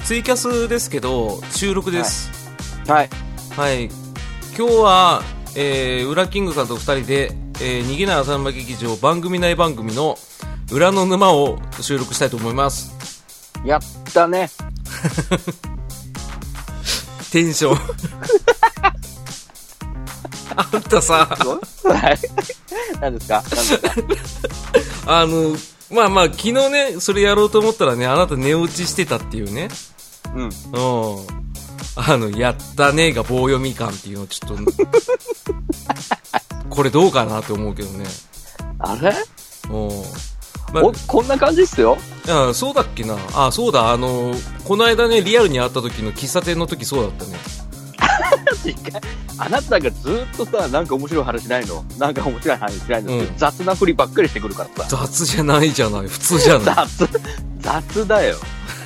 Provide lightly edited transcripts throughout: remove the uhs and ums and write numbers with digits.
ツイキャスですけど収録です。 はい。 はい。今日は、ウラキングさんと2人で、逃げない浅沼劇場番組内番組の裏の沼を収録したいと思います。 やったね。 テンション。あんたさ。 はい。何ですか？ まあまあ昨日ねそれやろうと思ったらねあなた寝落ちしてたっていうね。 うん。 やったねが棒読み感っていうのちょっとこれどうかなって思うけどね。 あれ？ まあ、 こんな感じっすよ。 いやそうだっけなあ。そうだこの間ねリアルに会った時の喫茶店の時そうだったね。 あなたがずっとさなんか面白い話ないのなんか面白い話しないの、雑なふりばっかりしてくるからさ。 雑じゃないじゃない普通じゃない。 雑だよ。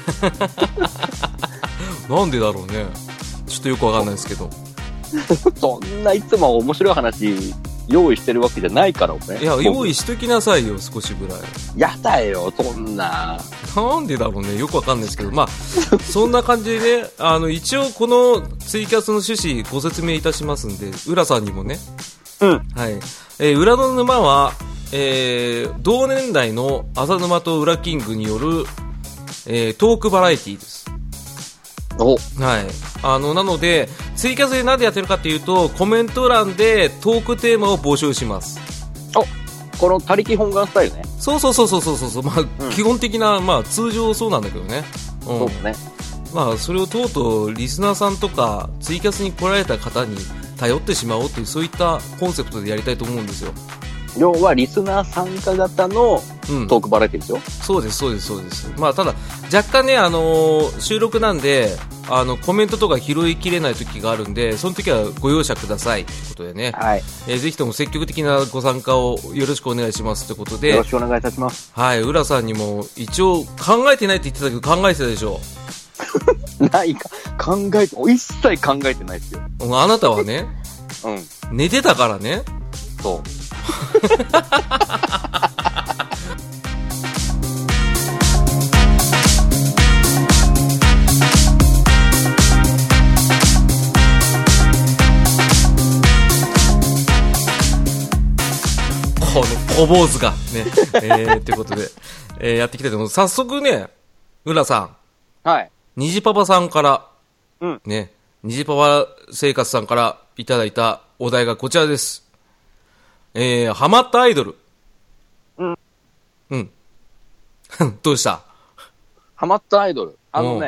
なんでだろうね。ちょっとよくわかんないですけど。 そんないつも面白い話用意してるわけじゃないから俺。 いや用意しときなさいよ少しぐらい。 やだよそんな。 なんでだろうねよくわかんないですけどまあそんな感じでね一応このツイキャスの趣旨ご説明いたしますんで浦さんにもね。はい。裏の沼は、同年代の浅沼と裏キングによる、トークバラエティーです。はい。なのでツイキャスで何でやってるかっていうとコメント欄でトークテーマを募集します。 この他力本願スタイルね。 そうまあ、基本的なまあ通常そうなんだけどね。 そうね。 まあそれをとうとうリスナーさんとかツイキャスに来られた方に頼ってしまおうというそういったコンセプトでやりたいと思うんですよ。 要はリスナー参加型のトークバラエティですよ。 そうです。まあただ若干ね収録なんでコメントとか拾いきれない時があるんでその時はご容赦くださいということでね。 はい。 ぜひとも積極的なご参加をよろしくお願いしますということで。 よろしくお願いいたします。 はい。浦さんにも一応考えてないって言ってたけど考えてたでしょ。 ないか一切考えてないですよ。 あなたはね。寝てたからね。 そう。 この小坊主がね、ということで、やっていきたいと思います。早速ね、浦さん。はい。 虹パパさんから、ね、虹パパ生活さんからいただいたお題がこちらです。ハマったアイドル。どうした？ ハマったアイドル。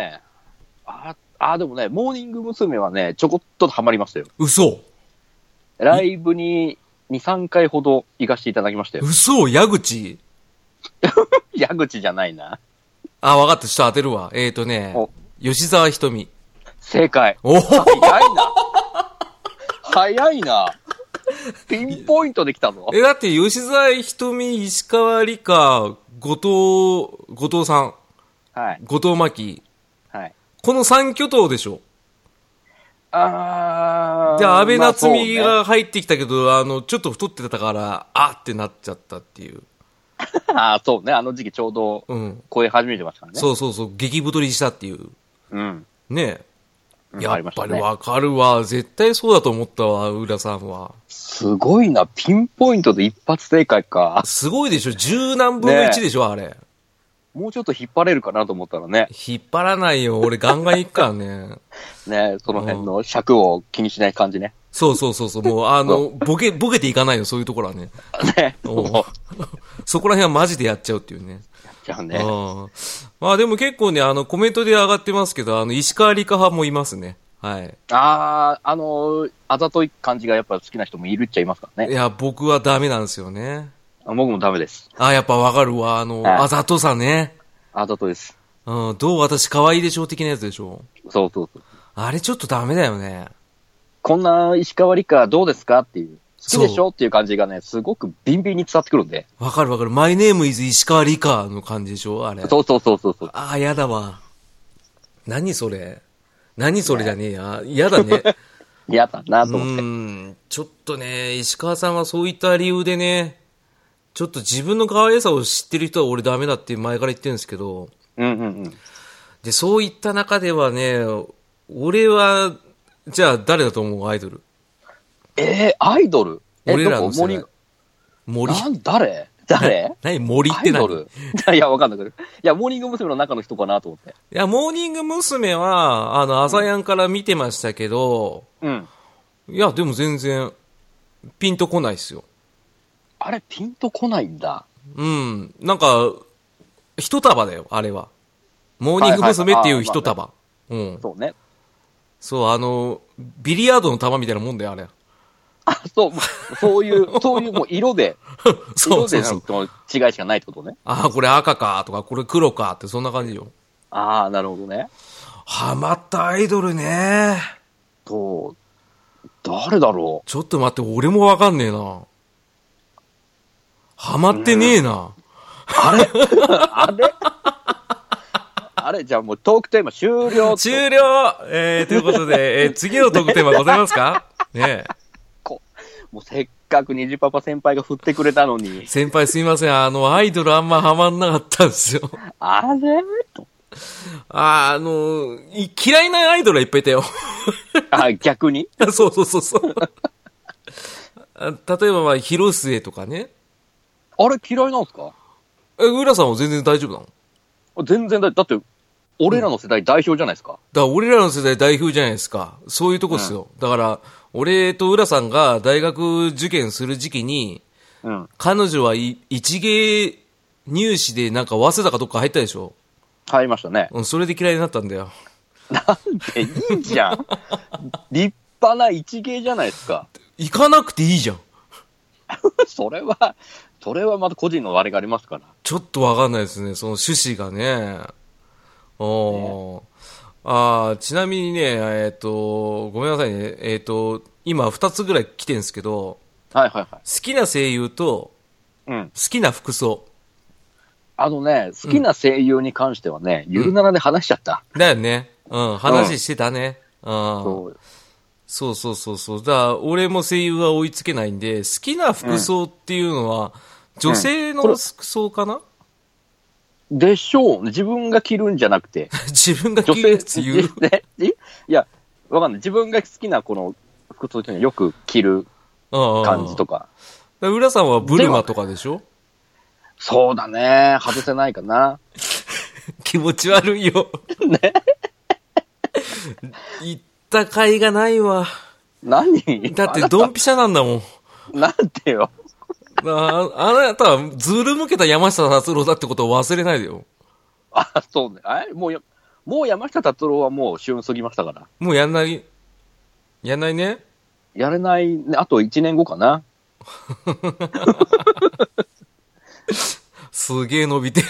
でもね、モーニング娘。はね、ちょこっとハマりましたよ。 嘘？ ライブに2、3回ほど行かせていただきましたよ。 嘘？矢口？ 矢口じゃないな。 あ、わかった。ちょっと当てるわ。吉沢ひとみ。 正解。 お早いな。早いな。ピンポイントできたぞ。 だって吉沢ひとみ、石川理香、後藤さん。 はい。 後藤真希。 はい。 この三巨頭でしょ。で、安倍夏実が入ってきたけど、ちょっと太ってたから、ってなっちゃったっていう。 そうね。あの時期ちょうど、声始めてましたからね。 そう、激太りしたっていう。ねえ。やっぱりわかるわ。絶対そうだと思ったわ、浦さんは。 すごいな。ピンポイントで一発正解か。 すごいでしょ。10何分の1でしょ、あれ。 もうちょっと引っ張れるかなと思ったらね。 引っ張らないよ。俺ガンガン行くからね。 ね、その辺の尺を気にしない感じね。 そう。もう、ボケていかないよ、そういうところはね。 ね。 そこら辺はマジでやっちゃうっていうね。 やっちゃうね。 まあでも結構ね、コメントで上がってますけど、石川理香派もいますね。はい。 あざとい感じがやっぱ好きな人もいるっちゃいますからね。 いや、僕はダメなんですよね。 僕もダメです。 やっぱわかるわ。あざとさね。 あざとです。 どう私可愛いでしょ的なやつでしょ。 そう。 あれちょっとダメだよね。 こんな石川理香どうですかっていう。好きでしょっていう感じがね、すごくビンビンに伝わってくるんで。 わかる。マイネームイズ石川理香の感じでしょあれ。 そう。 やだわ。何それじゃねえや。やだね。 やだなと思って。ちょっとね、石川さんはそういった理由でね、ちょっと自分の可愛さを知ってる人は俺ダメだって前から言ってるんですけど、 で、そういった中ではね、俺は、じゃあ誰だと思うアイドル。 アイドル俺らの世代。 森誰何森って何？ アイドルいや、わかんないけど。いや、モーニング娘。の中の人かなと思って。 いや、モーニング娘。は、朝やんから見てましたけど、 うん。 いや、でも全然、ピンとこないっすよ。 あれ、ピンとこないんだ。 うん。なんか、一束だよ、あれは。モーニング娘。っていう一束。うん。 そうね。 そう、ビリヤードの玉みたいなもんだよ、あれ。 そういう、もう色で、 そうそうそう。 色での違いしかないってことね。 ああ、これ赤か、とか、これ黒か、ってそんな感じよ。 ああ、なるほどね。 ハマったアイドルね。 誰だろう。ちょっと待って、俺もわかんねえな。ハマってねえな。 あれあれじゃあもうトークテーマ終了。 終了ということで、次のトークテーマございますかねえ。 もうせっかく虹パパ先輩が振ってくれたのに。 先輩すいません。アイドルあんまハマんなかったんですよ。 あれと。 嫌いなアイドルはいっぱいいたよ。 逆にそう。例えば、広末とかね。 あれ嫌いなんすか？ 浦さんは全然大丈夫なの？ 全然だって、俺らの世代代表じゃないですか。 だから俺らの世代代表じゃないですか。そういうとこっすよ。だから、俺と浦さんが大学受験する時期に、彼女は一芸入試でなんか早稲田かどっか入ったでしょ？ 入りましたね。 それで嫌いになったんだよ。 なんでいいじゃん。立派な一芸じゃないですか。 行かなくていいじゃん。 それはまた個人のあれがありますから。 ちょっとわかんないですね、その趣旨がね。ちなみにね、ごめんなさいね、今2つぐらい来てるんですけど、 好きな声優と、好きな服装。 好きな声優に関してはね、ゆるならで話しちゃった。 だよね。話してたね。そう。だから俺も声優は追いつけないんで、好きな服装っていうのは、女性の服装かな？ でしょう。自分が着るんじゃなくて。 自分が着るやつ言う？ いや、わかんない。自分が好きなこの服装っていうのはよく着る感じとか。 浦さんはブルマとかでしょ？ そうだね。外せないかな。 気持ち悪いよ。ね。言った甲斐がないわ。 何？ だってドンピシャなんだもん。なんてよ。 あなたはズール向けた山下達郎だってことを忘れないでよ。 そうね。もう山下達郎はもう旬過ぎましたから。 もうやんないね。 やれないね。あと1年後かな。 すげえ伸びてる。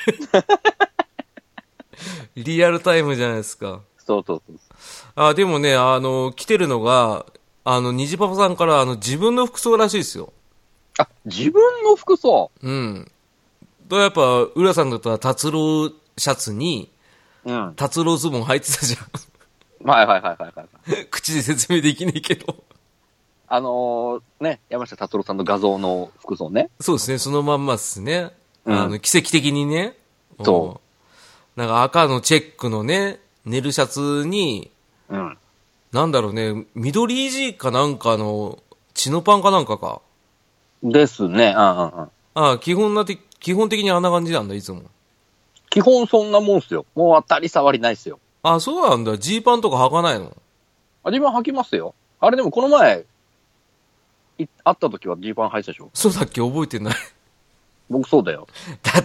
リアルタイムじゃないですか。 そう。 でもね、来てるのが、虹パパさんから自分の服装らしいですよ。 自分の服装？ うん。やっぱ、浦さんだったら達郎シャツに、達郎ズボン履いてたじゃん。 はい。 口で説明できないけど。 山下達郎さんの画像の服装ね。 そうですね、そのまんまっすね。奇跡的にね。 そう。 なんか赤のチェックのね、ネルシャツに、なんだろうね、緑地かなんかの、チノパンかなんかか。 ですね。 基本的にあんな感じなんだ、いつも。 基本そんなもんっすよ。もう当たり障りないっすよ。 そうなんだ。ジーパンとか履かないの？ ジーパン履きますよ。あれでもこの前、会った時はジーパン履いてたでしょ？ そうだっけ？覚えてない。 僕そうだよ。 だって、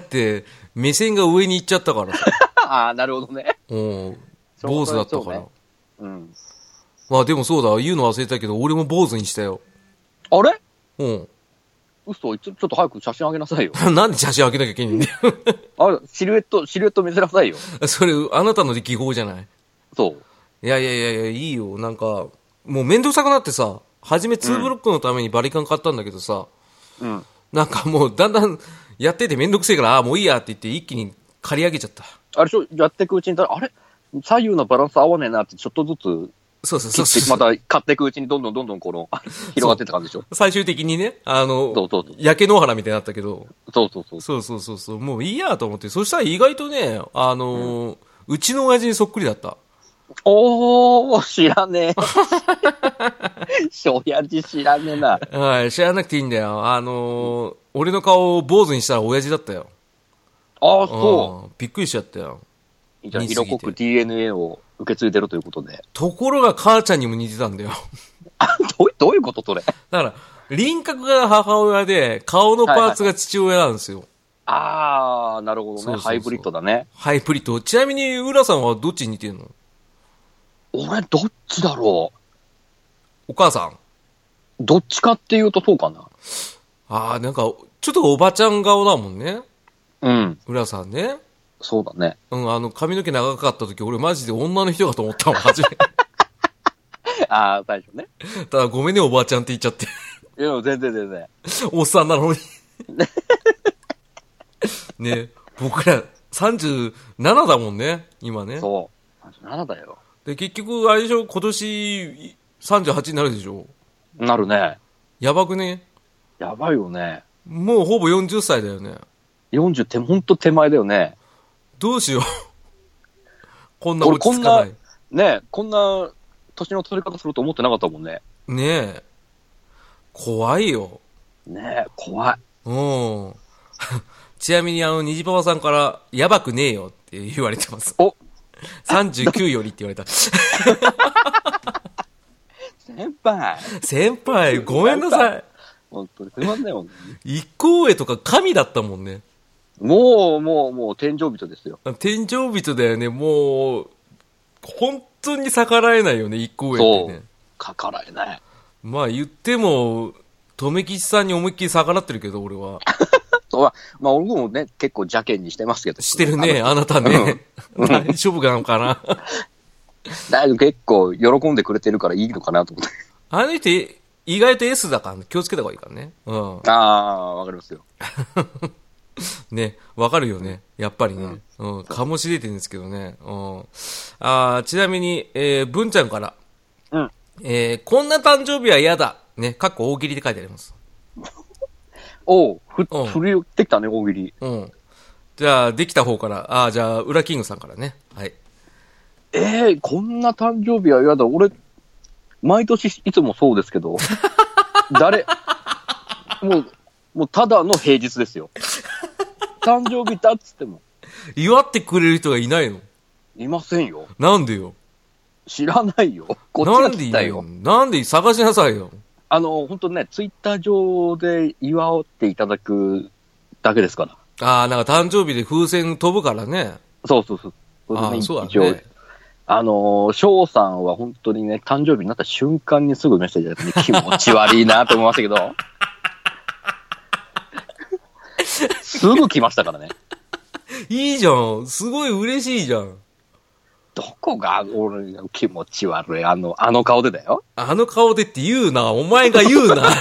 目線が上に行っちゃったからさ。 なるほどね。 坊主だったから。でもそうだ、言うの忘れたけど、俺も坊主にしたよ。 あれ？嘘、ちょっと早く写真あげなさいよ。 なんで写真あげなきゃいけないんだよ。 シルエット見せなさいよ。 それ、あなたの技法じゃない？ そう。 いや、いいよ。なんか、もうめんどくさくなってさ、初め2ブロックのためにバリカン買ったんだけどさ、なんかもうだんだんやっててめんどくせえから、もういいやって言って一気に刈り上げちゃった。 やっていくうちに、左右のバランス合わねえなってちょっとずつ、 そうまた買っていくうちにどんどんこの広がってった感じでしょ。 最終的にね、焼け野原みたいになったけど。 そう。 もういいやと思って。そしたら意外とね、 うちの親父にそっくりだった。 知らねえ。親父知らねえな。 はい、知らなくていいんだよ。俺の顔を坊主にしたら親父だったよ。 そう。 びっくりしちゃったよ。 じゃあ、色濃く DNA を受け継いでるということで。 ところが母ちゃんにも似てたんだよ。 どういうことそれ。 だから、輪郭が母親で、顔のパーツが父親なんですよ。 なるほどね。ハイブリッドだね。 ハイブリッド。ちなみに、浦さんはどっちに似てるの？ 俺、どっちだろう。お母さん。 どっちかっていうとそうかな。 なんか、ちょっとおばちゃん顔だもんね。 うん。 浦さんね。 そうだね。 髪の毛長かった時、俺マジで女の人かと思ったもん、初め。 最初ね。 ただごめんね、おばあちゃんって言っちゃって。 いや、全然。 おっさんなのに。ね、僕ら37だもんね、今ね。 そう。37だよ。 で、結局、あれでしょ、今年38になるでしょ。 なるね。 やばくね？ やばいよね。 もうほぼ40歳だよね。 40ほんと手前だよね。 どうしよう。こんな落ち着かない。 こんな年の取り方すると思ってなかったもんね。 ねえ。怖いよ。 ねえ、怖い。 ちなみに虹パパさんから、やばくねえよって言われてます。39よりって言われた。先輩、ごめんなさい。 本当にすいませんよ。 一個上とか神だったもんね。 もう、天井人ですよ。 天井人だよね、もう、本当に逆らえないよね、一個上ってね。 逆らえない。 まあ言っても、留吉さんに思いっきり逆らってるけど、俺は。 まあ、俺もね、結構邪険にしてますけど。 してるね、あなたね。大丈夫なのかな。 だいぶ結構喜んでくれてるからいいのかなと思って。 あの人、意外と S だから気をつけた方がいいからね。 わかりますよ。 ね、わかるよね。やっぱりね。醸し出てるんですけどね。ちなみに、文ちゃんから。こんな誕生日は嫌だ。ね、かっこ大喜利で書いてあります。 振りできたね、大喜利。 じゃあ、できた方から、じゃあ、ウラキングさんからね。はい。 こんな誕生日は嫌だ。俺、毎年いつもそうですけど、もうただの平日ですよ。誕生日だっつっても。 祝ってくれる人がいないの？ いませんよ。 なんでよ。 知らないよ。こっちが聞きたいよ。 なんで探しなさいよ。 本当ね、ツイッター上で祝っていただくだけですから。 なんか誕生日で風船飛ぶからね。 そう。そうだね。 翔さんは本当にね、誕生日になった瞬間にすぐメッセージやってね、気持ち悪いなと思いましたけど。すぐ来ましたからね。 いいじゃん。すごい嬉しいじゃん。 どこが俺が気持ち悪い。あの顔でだよ。 あの顔でって言うな。お前が言うな。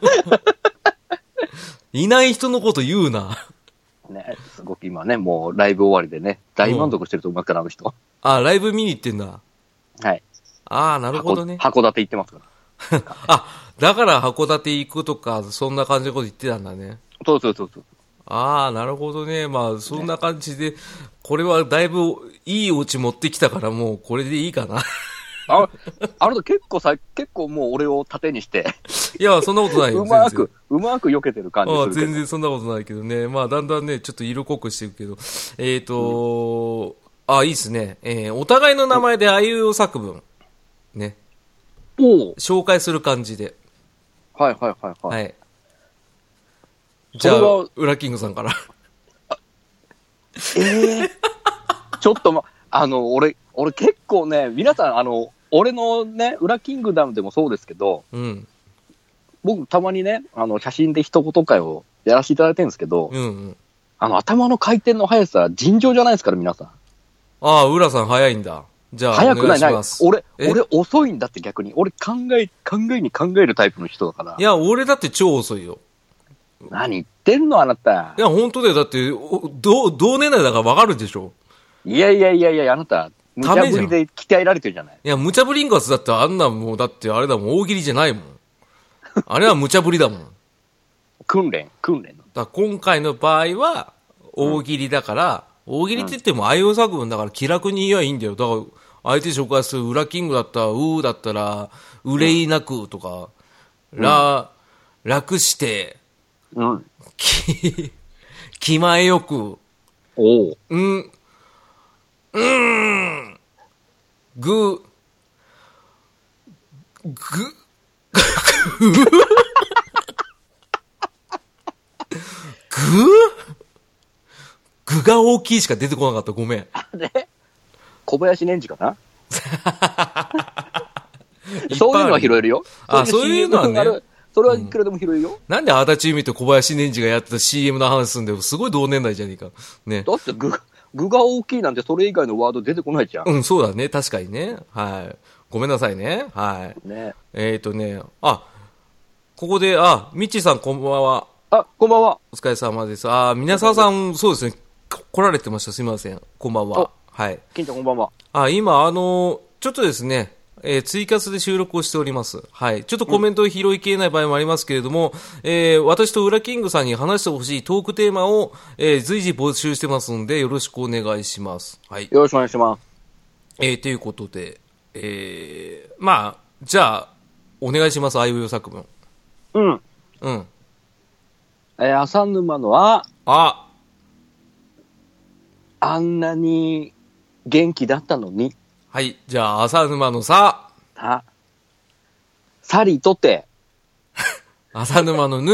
いない人のこと言うな。 ね、すごく今ね、もうライブ終わりでね、大満足してると思いますから、あの人。 ライブ見に行ってんだ。 はい。 なるほどね。 函館行ってますから。だから函館行くとか、そんな感じのこと言ってたんだね。 そう。 なるほどね。まあ、そんな感じで、これはだいぶいいオチ持ってきたから、もうこれでいいかな。 あなた結構もう俺を盾にして。 いや、そんなことないよ。 うまく避けてる感じするけど。 全然そんなことないけどね。まあ、だんだんね、ちょっと色濃くしてるけど。いいっすね。お互いの名前であいうお作文。ね。紹介する感じで。 はい。 はい。じゃあ、ウラキングさんから。 ちょっと俺結構ね、皆さん、俺のね、ウラキングダムでもそうですけど、僕たまにね、写真で一言会をやらせていただいてるんですけど、頭の回転の速さ、尋常じゃないですから、皆さん。 ウラさん早いんだ。じゃあ、 早くない。俺遅いんだって逆に。俺考えるタイプの人だから。 いや、俺だって超遅いよ。 何言ってんのあなた。 いや、本当だよ。だって、同年代だからわかるでしょ。 いや、あなた、無茶ぶりで鍛えられてるじゃない。 いや、無茶ぶりんかつだってあんなもう、だってあれだもん、大喜利じゃないもん。あれは無茶ぶりだもん。 訓練。 だ今回の場合は、大喜利だから、 大喜利って言っても愛用作文だから気楽に言えばいいんだよ。だから相手紹介する裏キングだったら、だったら、憂いなくとか、楽して、気前よく、具が大きいしか出てこなかった。ごめん。 あれ小林年次かなそういうのは拾えるよ。 そういうのはね。 それはいくらでも拾えるよ。 なんで足立由美と小林年次がやってた CM の話すんだよ。すごい同年代じゃねえか。ね。 だって具が大きいなんてそれ以外のワード出てこないじゃん。 そうだね。確かにね。はい。ごめんなさいね。はい。 ね。 ここで、みちさんこんばんは。 こんばんは。 お疲れ様です。皆沢さん、そうですね。来られてました。すみません。こんばんは。はい。 金ちゃんこんばんは。 今、ちょっとですね、ツイキャスで収録をしております。はい。ちょっとコメントを拾いきれない場合もありますけれども、私とウラキングさんに話してほしいトークテーマを、随時募集してますので、よろしくお願いします。はい。 よろしくお願いします。 ということで、じゃあ、お願いします。あいうえお作文。 浅沼のあんなに元気だったのに。 はい。じゃあ、浅沼のさりとて。 浅沼の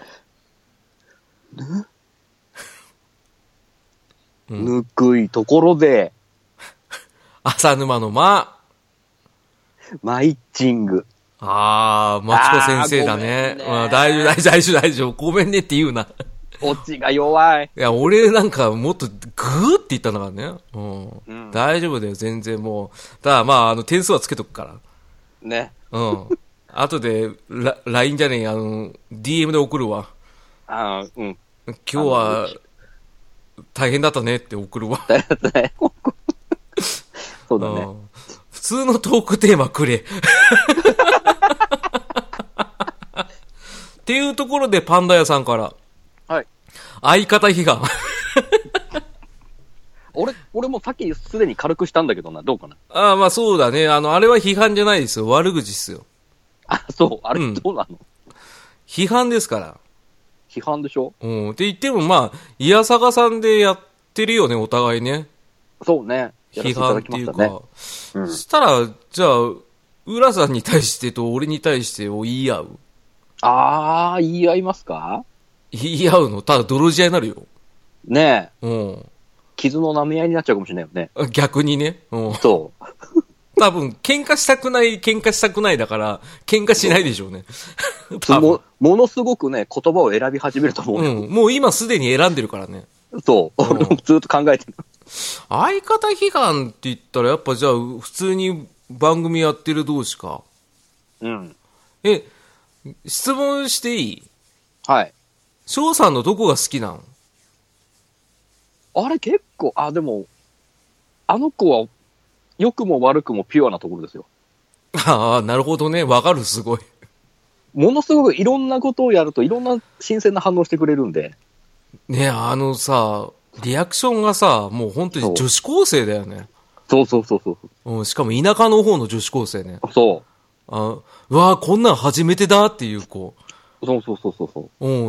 ぬくいところで。 浅沼のマイッチング。 マチコ先生だね。大丈夫。ごめんねって言うな。 オチが弱い。 いや、俺なんかもっとグーって言ったんだからね。大丈夫だよ、全然もう。ただ点数はつけとくから。 ね。 後で、LINE じゃねえ、DM で送るわ。今日は、大変だったねって送るわ。 そうだね。 普通のトークテーマくれ。っていうところでパンダ屋さんから。 はい。 相方批判。 俺もさっきすでに軽くしたんだけどな、どうかな。 そうだね。あれは批判じゃないですよ。悪口ですよ。 そう。あれ、どうなの？ 批判ですから。 批判でしょ？ って言ってもいやさがさんでやってるよね、お互いね。 そうね。 批判っていうか。そしたら、じゃあ、浦さんに対してと俺に対してを言い合う。 言い合いますか？ 言い合うの？ただ泥仕合になるよ。 ねえ。傷の舐め合いになっちゃうかもしれないよね。 逆にね。 そう。 多分、喧嘩したくないだから、喧嘩しないでしょうね。 ものすごくね、言葉を選び始めると思うよ。 もう今すでに選んでるからね。 そう。ずっと考えてる。 相方批判って言ったら、やっぱじゃあ、普通に番組やってる同士か。質問していい？ はい。 翔さんのどこが好きなの？ あれ結構、でも、あの子は、良くも悪くもピュアなところですよ。 なるほどね。わかる、すごい。 ものすごくいろんなことをやると、いろんな新鮮な反応してくれるんで。 ね、リアクションがさ、もう本当に女子高生だよね。 そう。 しかも田舎の方の女子高生ね。 そう。 こんなん初めてだっていう子。 そう。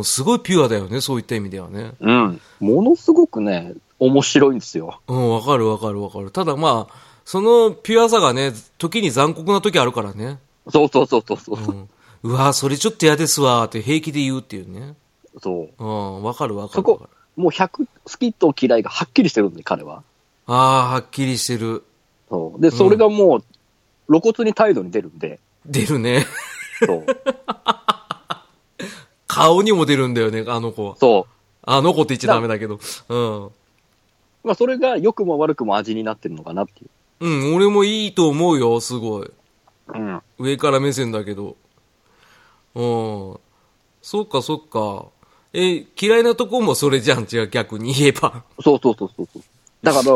すごいピュアだよね、そういった意味ではね。 ものすごくね、面白いんですよ。 わかる。ただそのピュアさがね、時に残酷な時あるからね。 そう。 それちょっと嫌ですわって平気で言うっていうね。 そう。 わかる。 そこ、もう100好きと嫌いがはっきりしてるんで、彼は。 はっきりしてる。 そう。で、それがもう、露骨に態度に出るんで。 出るね。 そう。 顔にも出るんだよね、あの子は。 そう。 あの子って言っちゃダメだけど。 それが良くも悪くも味になってるのかなっていう。 俺もいいと思うよ、すごい。 上から目線だけど。そっか。嫌いなとこもそれじゃん、じゃあ逆に言えば。 そう。だから、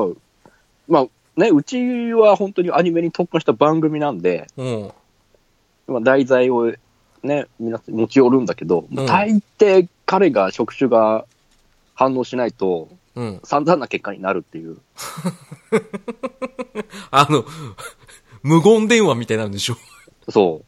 うちは本当にアニメに特化した番組なんで、題材をね、皆さん持ち寄るんだけど、大抵彼が職種が反応しないと、 散々な結果になるっていう。 無言電話みたいなんでしょ。 そう。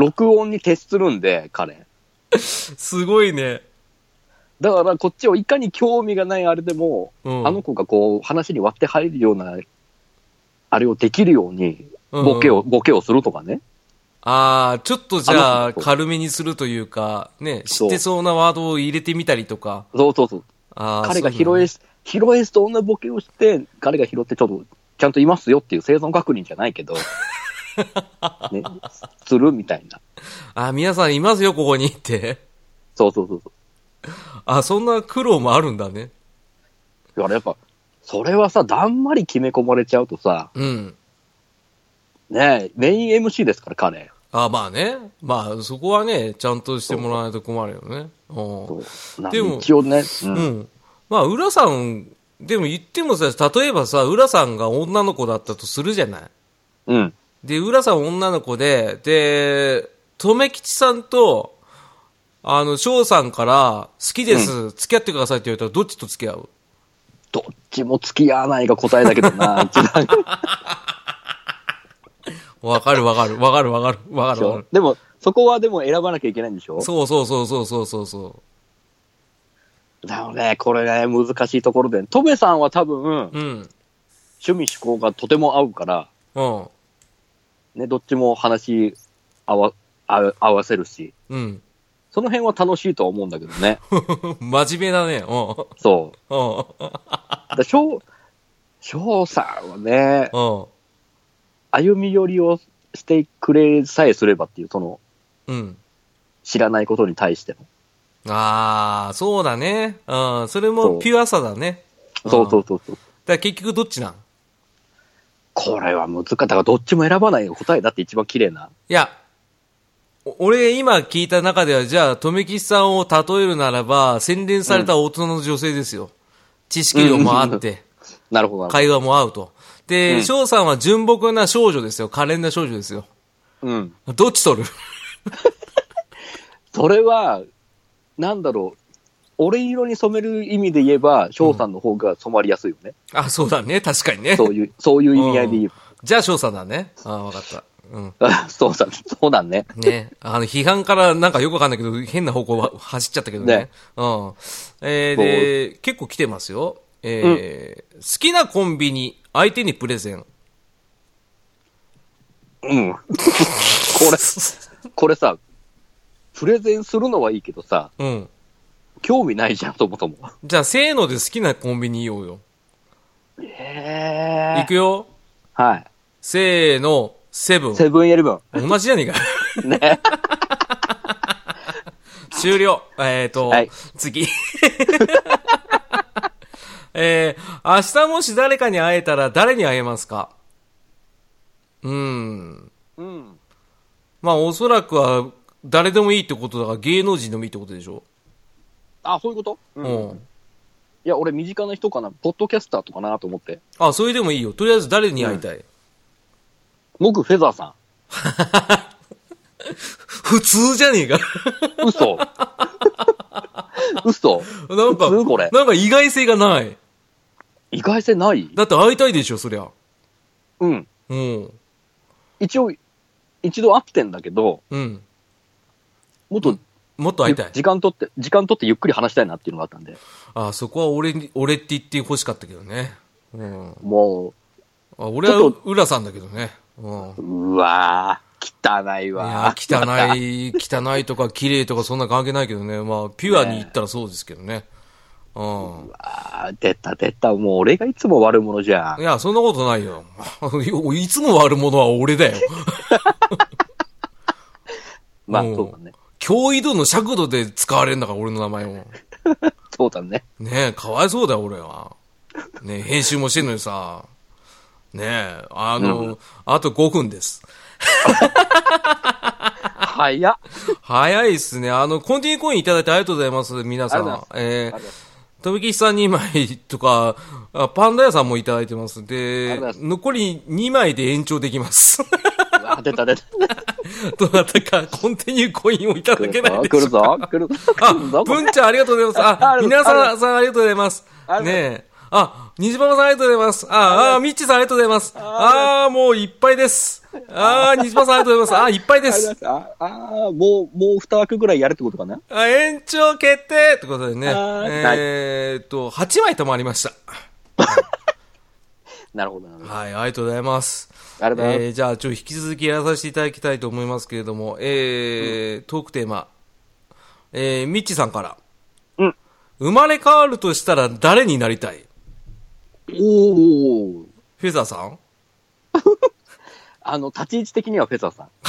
録音に徹するんで、彼。 すごいね。 だからこっちをいかに興味がないあれでも、あの子がこう話に割って入るような、あれをできるように、ボケをするとかね。 ああ、ちょっとじゃあ軽めにするというか、ね、知ってそうなワードを入れてみたりとか。 そう。彼が拾えそうなボケをして、彼が拾ってちょっと、ちゃんといますよっていう生存確認じゃないけど、ね、するみたいな。 皆さんいますよ、ここにって。 そう。 そんな苦労もあるんだね。 だからやっぱ、それはさ、だんまり決め込まれちゃうとさ、ねえ、メイン MC ですから、彼。 まあね。まあ、そこはね、ちゃんとしてもらわないと困るよね。 でも、一応ね。 まあ、浦さん、でも言ってもさ、例えばさ、浦さんが女の子だったとするじゃない。で、浦さん女の子で、留吉さんと、翔さんから、好きです、付き合ってくださいって言われたら、どっちと付き合う？ どっちも付き合わないが答えだけどな、 わかる。 でも、そこはでも選ばなきゃいけないんでしょ？ そう。 だよね、これね、難しいところで。トメさんは多分、趣味趣向がとても合うから、ね、どっちも話合わせるし、その辺は楽しいとは思うんだけどね。 真面目だね。 そう。翔さんはね、歩み寄りをしてくれさえすればっていう、知らないことに対しての。 そうだね。それもピュアさだね。 そう。だから結局どっちなん？ これは難しい。だからどっちも選ばない答えだって一番綺麗な。 いや、俺今聞いた中では、じゃあ、留吉さんを例えるならば、洗練された大人の女性ですよ。知識量もあって。 なるほど。 会話も合うと。で、翔さんは純朴な少女ですよ。可憐な少女ですよ。どっち取る？ それは、なんだろう。俺色に染める意味で言えば、翔さんの方が染まりやすいよね。 そうだね。確かにね。 そういう意味合いで言えば。 じゃあ翔さんだね。わかった。 そうだね。 ね。批判からなんかよくわかんないけど、変な方向は走っちゃったけどね。で、結構来てますよ。好きなコンビニ、相手にプレゼン。 これさ、プレゼンするのはいいけどさ、興味ないじゃん、とも。 じゃあ、せーので好きなコンビニ言おうよ。いくよ。 はい。 せーの、セブン。 セブンイレブン。 同じじゃねえか。ね。終了。次。明日もし誰かに会えたら誰に会えますか？まあ、おそらくは誰でもいいってことだから芸能人でもいいってことでしょ？ そういうこと？いや、俺身近な人かな。ポッドキャスターとかなと思って。 それでもいいよ。とりあえず誰に会いたい？ 僕、フェザーさん。 普通じゃねえか。 嘘。 なんか、これ。なんか意外性がない。 意外性ない？ だって会いたいでしょ、そりゃ。 一度会ってんだけど、もっと会いたい。 時間取ってゆっくり話したいなっていうのがあったんで。 そこは俺って言って欲しかったけどね。 もう。俺は浦さんだけどね。 うわー、汚いわ。 いや、汚いとか綺麗とかそんな関係ないけどね。まあ、ピュアに言ったらそうですけどね。 うわー、出た。もう俺がいつも悪者じゃん。 いや、そんなことないよ。いつも悪者は俺だよ。 まあ、そうだね。 驚異度の尺度で使われるんだから、俺の名前も。 そうだね。 ねえ、かわいそうだよ、俺は。ねえ、編集もしてんのにさ。ねえ、あと5分です。早いっすね。コンティニューコインいただいてありがとうございます、皆さん。富吉さん2枚とか、パンダ屋さんもいただいてます。で、残り2枚で延長できます。 出た。 どなたかコンティニューコインをいただけないでしょうか。 来るぞ。 あ、文ちゃんありがとうございます。あ、皆さんありがとうございます。ねえ。あ、虹パパさんありがとうございます。ミッチーさんありがとうございます。もういっぱいです。虹パパさんありがとうございます。いっぱいです。 もう2枠ぐらいやるってことかな。 延長決定ってことでね。8枚ともありました。 なるほど。 はい、ありがとうございます。 ありがとうございます。 じゃあ、引き続きやらさせていただきたいと思いますけれども、トークテーマ、ミッチーさんから。生まれ変わるとしたら誰になりたい？ フェザーさん立ち位置的にはフェザーさん。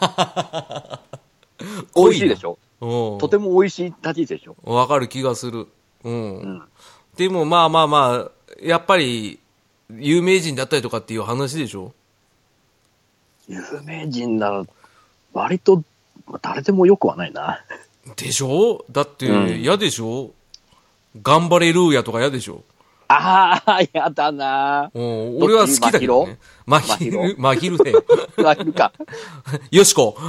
美味しいでしょ？とても美味しい立ち位置でしょ？ わかる気がする。でもまあ、やっぱり、有名人だったりとかっていう話でしょ？ 有名人なら、割と、誰でもよくはないな。 でしょ？だって、嫌でしょ？頑張れルーヤとか嫌でしょ？ やだな。 俺は好きだけどね。マヒルね。 マヒルか。 よしこ。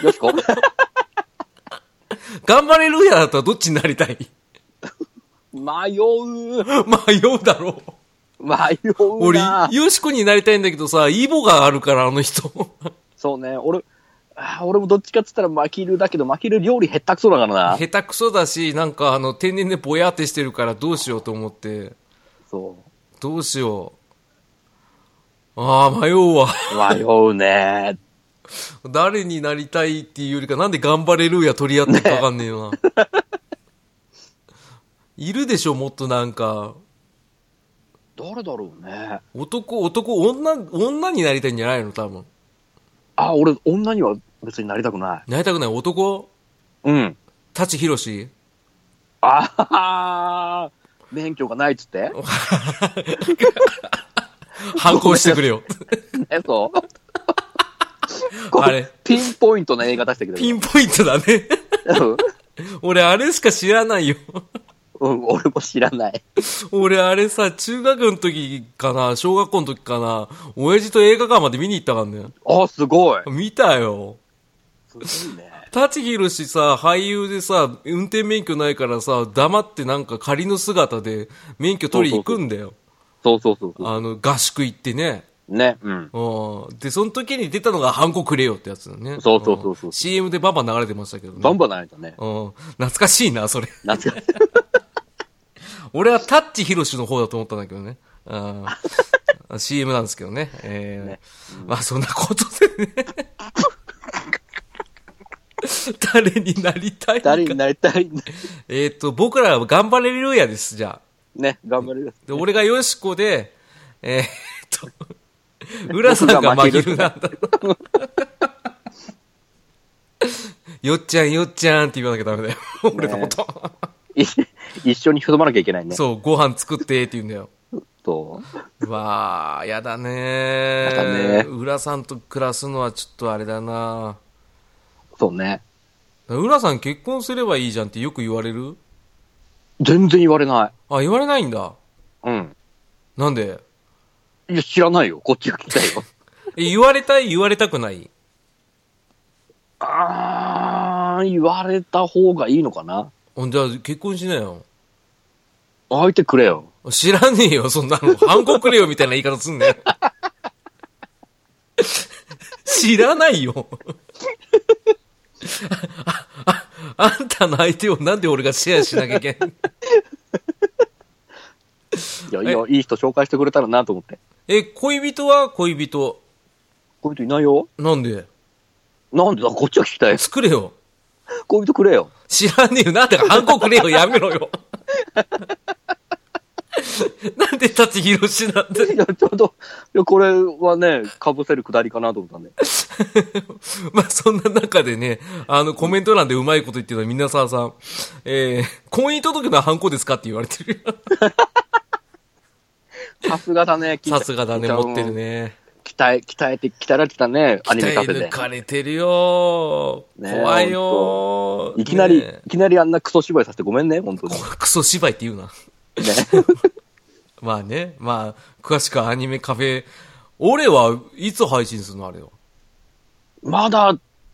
頑張れルーヤだったらどっちになりたい？ 迷うだろう。 迷うな。 俺、よしこになりたいんだけどさ、イボがあるから、あの人。 そうね、俺もどっちかっつったらマキルだけど、マキル料理下手くそだからな。 下手くそだし、なんか天然でぼやってしてるからどうしようと思って。 そう。 どうしよう。迷うわ。 迷うね。 誰になりたいっていうよりか、なんで頑張れるや取り合ってかわかんねえよな。いるでしょ、もっとなんか。 誰だろうね。 女になりたいんじゃないの多分。 俺、女には別になりたくない。 なりたくない男？舘ひろし？ 免許がないっつって反抗してくれよ。 そうあれピンポイントな映画出してくれる。 ピンポイントだね。俺、あれしか知らないよ。 俺も知らない。 俺、あれさ、中学の時かな、小学校の時かな、親父と映画館まで見に行ったからね。 すごい。 見たよ。 すごいね。 舘ひろしさ、俳優でさ、運転免許ないからさ、黙ってなんか仮の姿で免許取り行くんだよ。 そう。 合宿行ってね。 ね。 で、その時に出たのがハンコくれよってやつだね。 そう。 CM でバンバン流れてましたけどね。 バンバン流れたね。 懐かしいな、それ。 懐かしい。 俺はタッチヒロシの方だと思ったんだけどね。CM なんですけどね。そんなことでね。誰になりたいか。 誰になりたい僕らは頑張れるやです、じゃあ。 ね、頑張れる。 で、俺がヨシコで、浦さんがマギルなんだろう。よっちゃんって言わなきゃダメだよ。俺のこと。 一緒にふどまなきゃいけないね。 そう、ご飯作ってって言うんだよ。 そう。 やだね。浦さんと暮らすのはちょっとあれだな。 そうね。 浦さん結婚すればいいじゃんってよく言われる？ 全然言われない。 言われないんだ。なんで？ いや、知らないよ。こっちが聞きたいよ。 言われたい？言われたくない？ 言われた方がいいのかな。 じゃあ結婚しなよ。 相手くれよ。 知らねえよ、そんなの。ハンコくれよみたいな言い方すんねよ。知らないよ。あんたの相手をなんで俺がシェアしなきゃいけない。 いい人紹介してくれたらなと思って。 恋人は恋人いないよ。 なんでこっちは聞きたい。 作れよ。 恋人くれよ。 知らねえよ。なんでハンコくれよ。やめろよ。なんで舘ひろしなんだよ。 ちょっと、これはね、被せるくだりかなと思ったんで。 そんな中でね、コメント欄でうまいこと言ってるのは、皆沢さん、婚姻届のハンコですかって言われてる。 さすがだね、 さすがだね、持ってるね。 鍛えられてたね、アニメカフェで。 抜かれてるよ。怖いよ。 いきなりあんなクソ芝居させてごめんね、本当に。 クソ芝居って言うな。ね。詳しくはアニメカフェ。俺はいつ配信するのあれは。 まだ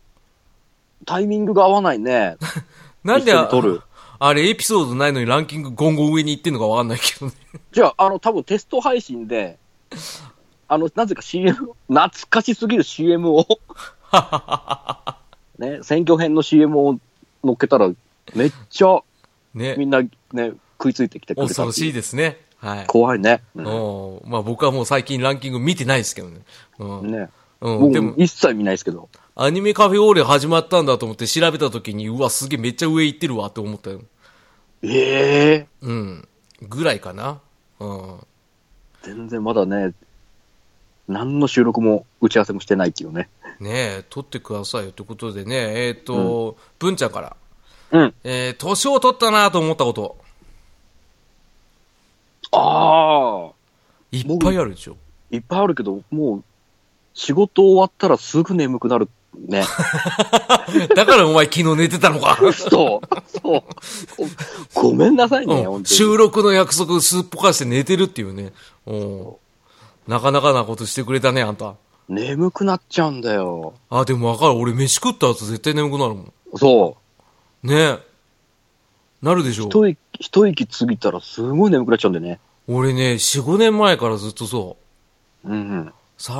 タイミングが合わないね。 なんであれエピソードないのにランキングゴンゴン上に行ってんのかわかんないけどね。 じゃあ、多分テスト配信で、なぜか CM、懐かしすぎる CM を、ね、選挙編の CM を乗っけたら、めっちゃ、ね、みんなね、食いついてきてくれた。 恐ろしいですね。はい。 怖いね。 まあ僕はもう最近ランキング見てないですけどね。 ね。でも一切見ないですけど。 アニメカフェオーレ始まったんだと思って調べたときに、うわ、すげえめっちゃ上行ってるわって思ったよ。うん。ぐらいかな。 全然まだね、何の収録も打ち合わせもしてないっていうね。 ねえ、撮ってくださいよってことでね、文ちゃんから。年を取ったなと思ったこと。いっぱいあるでしょ。 いっぱいあるけど、もう、仕事終わったらすぐ眠くなるね。 だからお前昨日寝てたのか。 そう。ごめんなさいね、本当に。 収録の約束すっぽかして寝てるっていうね。なかなかなことしてくれたね、あんた。 眠くなっちゃうんだよ。 でもわかる。俺飯食った後絶対眠くなるもん。 そう。 ねえ。なるでしょ。 一息つぎたらすごい眠くなっちゃうんだよね。 俺ね、4、5年前からずっとそう。 うん。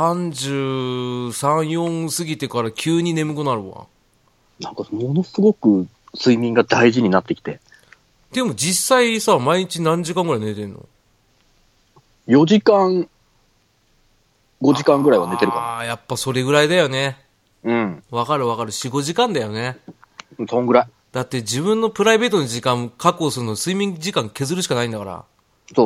33、4過ぎてから急に眠くなるわ。 なんかものすごく睡眠が大事になってきて。 でも実際さ、毎日何時間ぐらい寝てんの？ 4 時間、5時間ぐらいは寝てるかな。 やっぱそれぐらいだよね。 うん。 わかる。4、5時間だよね。 そんぐらい。 だって自分のプライベートの時間確保するの睡眠時間削るしかないんだから。 そう。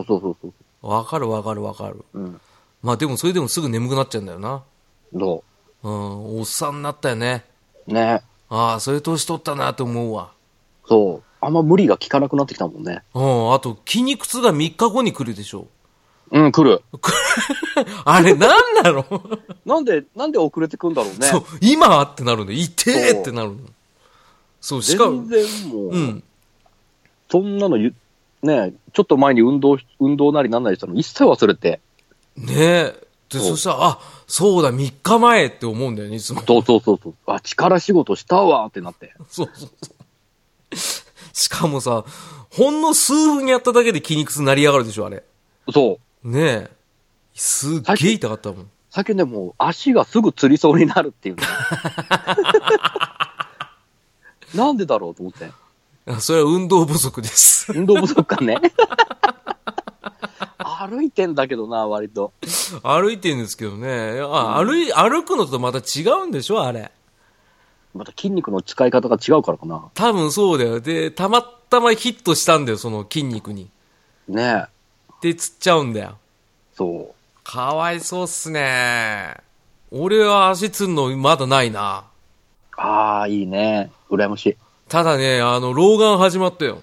わかる。 うん。 まあでもそれでもすぐ眠くなっちゃうんだよな。 どう。おっさんになったよね。 ね。 そういう年取ったなって思うわ。 そう。あんま無理が効かなくなってきたもんね。 あと筋肉痛が3日後に来るでしょ。 うん、来る。 あれなんだろう。 なんで遅れてくんだろうね。 そう、今ってなるんだよ。痛えってなるの。そう、しかも。 全然もう、そんなのね、ちょっと前に運動なりなんなりしたの一切忘れて。 ねえ。で、そしたら、そうだ、3日前って思うんだよね、いつも。 そう。力仕事したわってなって。 そう。しかもさ、ほんの数分やっただけで筋肉痛なりやがるでしょ、あれ。 そう。 ねえ。すっげえ痛かったもん。 最近でも足がすぐつりそうになるっていうね。なんでだろうと思って。 それは運動不足です。 運動不足かね。歩いてんだけどな、割と。 歩いてんですけどね。歩くのとまた違うんでしょ、あれ。 また筋肉の使い方が違うからかな。 多分そうだよ。で、たまたまヒットしたんだよ、その筋肉に。 ねえ。で、つっちゃうんだよ。 そう。 かわいそうっすね。俺は足つんのまだないな。 いいね。羨ましい。 ただね、老眼始まったよ。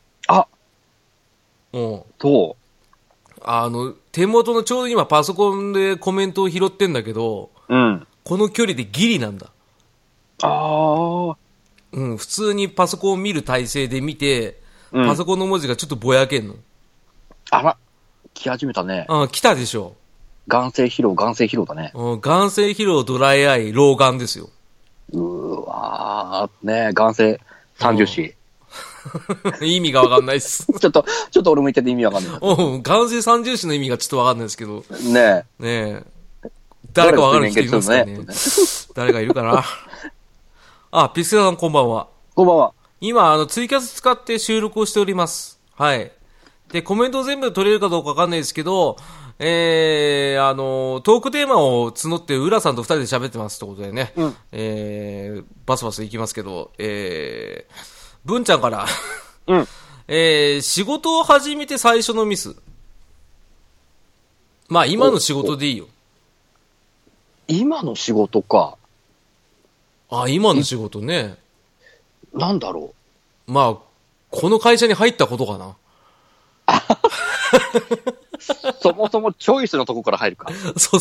そう。 手元のちょうど今パソコンでコメントを拾ってんだけど、この距離でギリなんだ。 普通にパソコンを見る体勢で見て、パソコンの文字がちょっとぼやけんの。 来始めたね。 来たでしょ。 眼性疲労だね。 眼性疲労、ドライアイ、老眼ですよ。 ね眼性30子。 意味がわかんないっす。 ちょっと俺も言ってて意味わかんない。 眼性30子の意味がちょっとわかんないですけど。 ねえ。誰かわかる人いますかね。誰がいるかな。ピスケさんこんばんは。 こんばんは。 今、ツイキャス使って収録をしております。はい。で、コメント全部取れるかどうかわかんないですけど、トークテーマを募って浦さんと二人で喋ってますってことでね、バスバスいきますけど、文ちゃんから、仕事を始めて最初のミス。まあ今の仕事でいいよ。 今の仕事か。 今の仕事ね。 なんだろう。まあ、この会社に入ったことかな。 そもそもチョイスのとこから入るか。 そう。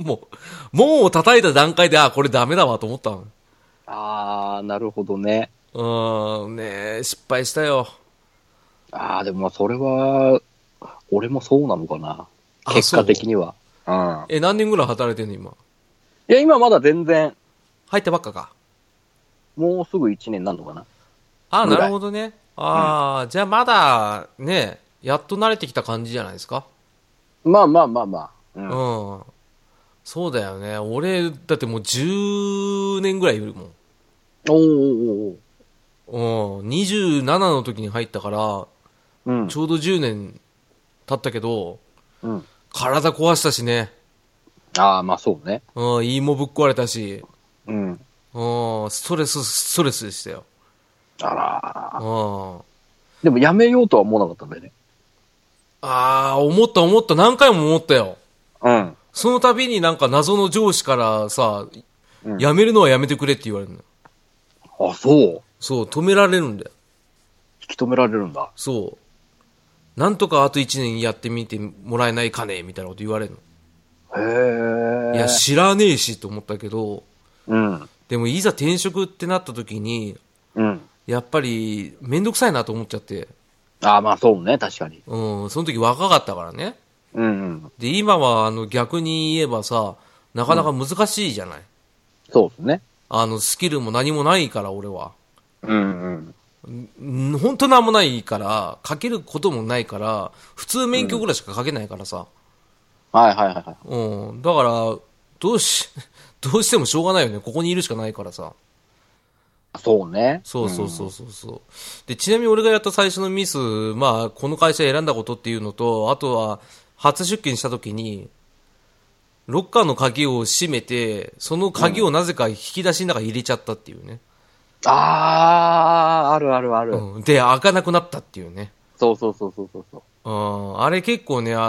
もう叩いた段階で、これダメだわと思ったの。 なるほどね。 失敗したよ。 でもそれは、俺もそうなのかな。結果的には。 何年ぐらい働いてんの今。 いや、今まだ全然。 入ったばっかか。 もうすぐ1年になるのかな。 ああ、なるほどね。ああ、じゃあまだ、ね、やっと慣れてきた感じじゃないですか。 まあまあまあまあ。 うん。そうだよね。俺、だってもう10年ぐらいいるもん。 おーおー 27の時に入ったから、 うん。 ちょうど10年経ったけど、 うん。 体壊したしね。 ああ、まあそうね。 胃もぶっ壊れたし、 うん。 ストレスでしたよ。 あらうん。 でもやめようとは思わなかったんだよね。 思った。何回も思ったよ。 うん。 その度になんか謎の上司からさ、 うん、 やめるのはやめてくれって言われるのよ。 あ、そう。 そう、止められるんだよ。 引き止められるんだ。 そう。なんとかあと1年やってみてもらえないかねみたいなこと言われるの。 へえ。 いや、知らねえしと思ったけど、 うん。 でもいざ転職ってなった時に、 うん。 やっぱりめんどくさいなと思っちゃって。 ああ、まあそうね、確かに。 うん、その時若かったからね。 うんうん。 で、今は逆に言えばさ、なかなか難しいじゃない。 そうですね。 スキルも何もないから、俺は。 うんうん。 本当なんもないから、書けることもないから、普通免許ぐらいしか書けないからさ。 はいはいはいはい。 うん。だから、どうしてもしょうがないよね。ここにいるしかないからさ。 そうね。 そう。で、ちなみに俺がやった最初のミス、まあ、この会社選んだことっていうのと、あとは、初出勤した時に、ロッカーの鍵を閉めて、その鍵をなぜか引き出しの中に入れちゃったっていうね。 ああ、あるあるある。 うん。で、開かなくなったっていうね。 そう。 あれ結構ね、